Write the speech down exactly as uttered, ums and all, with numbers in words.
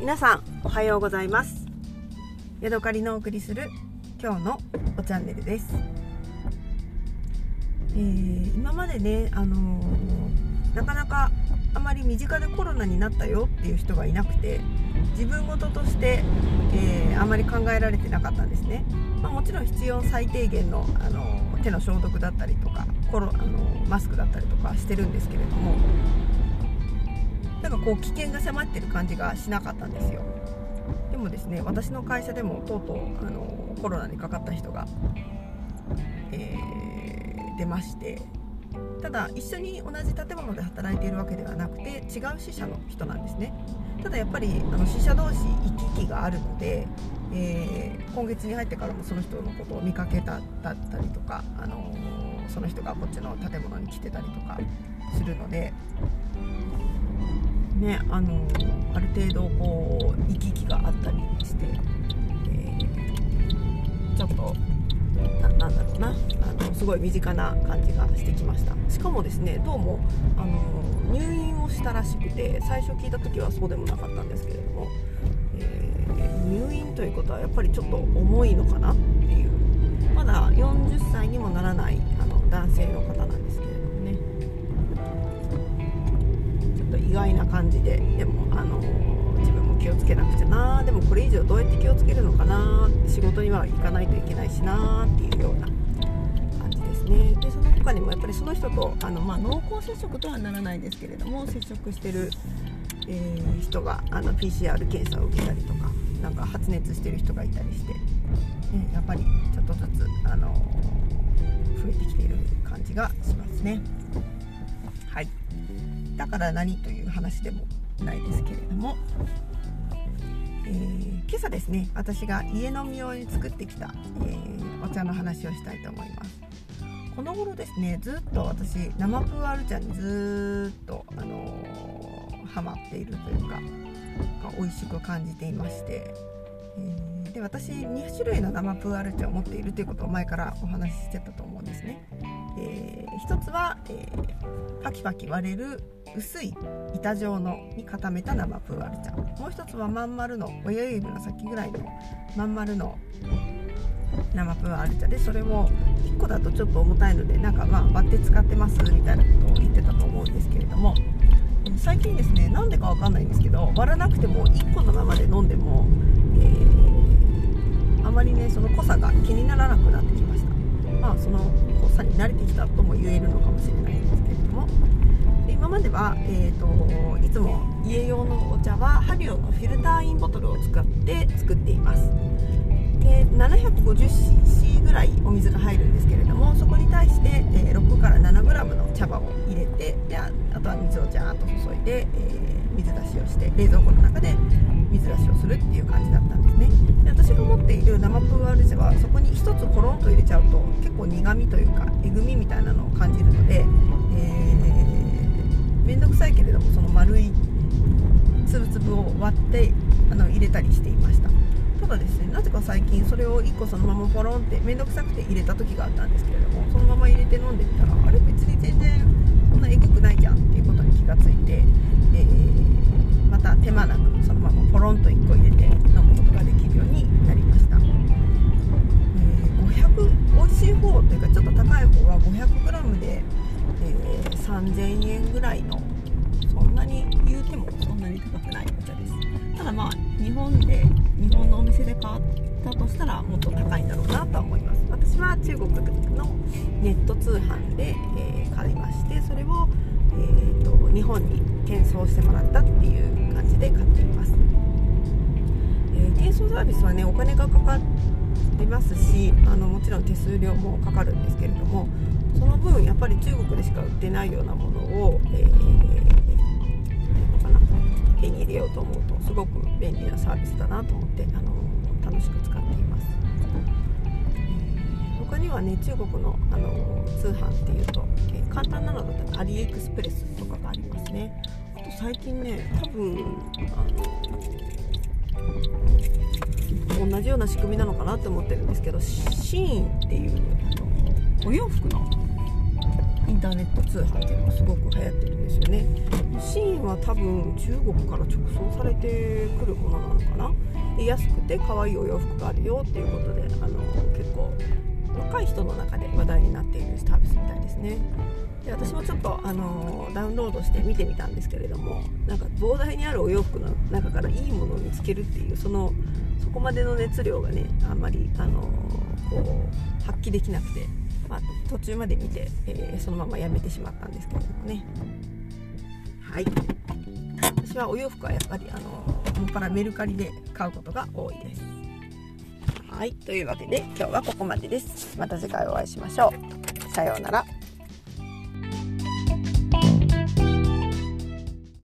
皆さんおはようございます。ヤドカリのお送りする今日のおチャンネルです。えー、今までね、あのー、なかなかあまり身近でコロナになったよっていう人がいなくて、自分事として、えー、あまり考えられてなかったんですね。まあ、もちろん必要最低限の、あのー、手の消毒だったりとかコロ、あのー、マスクだったりとかしてるんですけれども、なんかこう危険が迫ってる感じがしなかったんですよ。でもですね、私の会社でもとうとうあのコロナにかかった人が、えー、出まして、ただ一緒に同じ建物で働いているわけではなくて違う支社の人なんですね。ただやっぱりあの支社同士行き来があるので、えー、今月に入ってからもその人のことを見かけただったりとか、あのその人がこっちの建物に来てたりとかするのでね、あのある程度こう行き来があったりして、えー、ちょっと な, なんだろうなあのすごい身近な感じがしてきました。しかもですね、どうもあの入院をしたらしくて、最初聞いた時はそうでもなかったんですけれども、えー、入院ということはやっぱりちょっと重いのかなっていう、まだよんじゅっさいにもならないあの男性の方なんですけれどもね、意外な感じで、でもあの自分も気をつけなくちゃな、でもこれ以上どうやって気をつけるのかな、仕事には行かないといけないしなっていうような感じですね。でその他にもやっぱりその人とあの、まあ、濃厚接触とはならないんですけれども、接触してる、えー、人があの ピーシーアール 検査を受けたりとか、なんか発熱してる人がいたりして、ね、やっぱりちょっとずつあの増えてきている感じがしますね。はい、だから何という話でもないですけれども、えー、今朝ですね、私が家飲み用に作ってきた、えー、お茶の話をしたいと思います。この頃ですね、ずっと私生プーアル茶にずっと、あのー、ハマっているというか美味しく感じていまして、えー、で私に種類の生プーアル茶を持っているということを前からお話ししてたと思うんですね。えー、一つは、えー、パキパキ割れる薄い板状のに固めた生プーアル茶、もう一つはまん丸の親指の先ぐらいのまん丸の生プーアル茶で、それをいっこだとちょっと重たいので、なんかまあ割って使ってますみたいなことを言ってたと思うんですけれども、最近ですね、なんでかわかんないんですけど、割らなくてもいっこのままで飲んでも、えー、あまりねその濃さが気にならなくなってきました。まあその濃さに慣れてきたとも言えるのかもしれないんですけれども、で今までは、えーと、いつも家用のお茶はハリオのフィルターインボトルを使って作っています。で ななひゃくごじゅっシーシー ぐらいお水が入るんですけれども、そこに対して、えー、ろくからななグラムの茶葉を入れて、で あ, あとは水をジャーッと注いで、えー、水出しをして冷蔵庫の中で水出しをするっていう感じだったんですね。で私が持っている生プーアル茶はそこに一つコロンと入れちゃうと結構苦味というかえぐみみたいなのを感じるので、えー、めんどくさいけれどもその丸いつぶつぶを割ってあの入れたりしていました。ただですね、なぜか最近それをいっこそのままポロンってめんどくさくて入れた時があったんですけれども、そのまま入れて飲んでみたら、あれ別に全然そんなえぐくないじゃんっていうことに気がついて、えー、また手間なくそのままポロンといっこ入れて飲むことができるようになりました。えー、ごひゃく美味しい方というかちょっと高い方は ごひゃくグラム で、えー、さんぜんえんぐらいの、そんなに言うてもそんなに高くないお茶です。ただまあ日本で日本のお店で買ったとしたらもっと高いんだろうなとは思います。私は中国のネット通販で、えー、買いまして、それを、えー、と日本に転送してもらったっていう感じで買っています。えー、転送サービスはねお金がかかってますし、あのもちろん手数料もかかるんですけれども、その分やっぱり中国でしか売ってないようなものを、えー手に入れようと思うとすごく便利なサービスだなと思って、あの楽しく使っています。えー、他にはね中国の、あの通販っていうと、えー、簡単なのだったらアリエクスプレスとかがありますね。あと最近ね多分あの同じような仕組みなのかなって思ってるんですけど、シーインっていうあのお洋服のインターネット通販っていうのがすごく流行ってるんですよね。シーインは多分中国から直送されてくるものなのかな。で安くて可愛いお洋服があるよっていうことで、あの結構若い人の中で話題になっているサービスみたいですね。で私もちょっと、あのダウンロードして見てみたんですけれども、なんか膨大にあるお洋服の中からいいものを見つけるっていうそのそこまでの熱量がね、あんまり、あのこう発揮できなくて、まあ、途中まで見て、えー、そのままやめてしまったんですけれどもね。はい、私はお洋服はやっぱり、あのもっぱらメルカリで買うことが多いです。はい、というわけで今日はここまでです。また次回お会いしましょう。さようなら。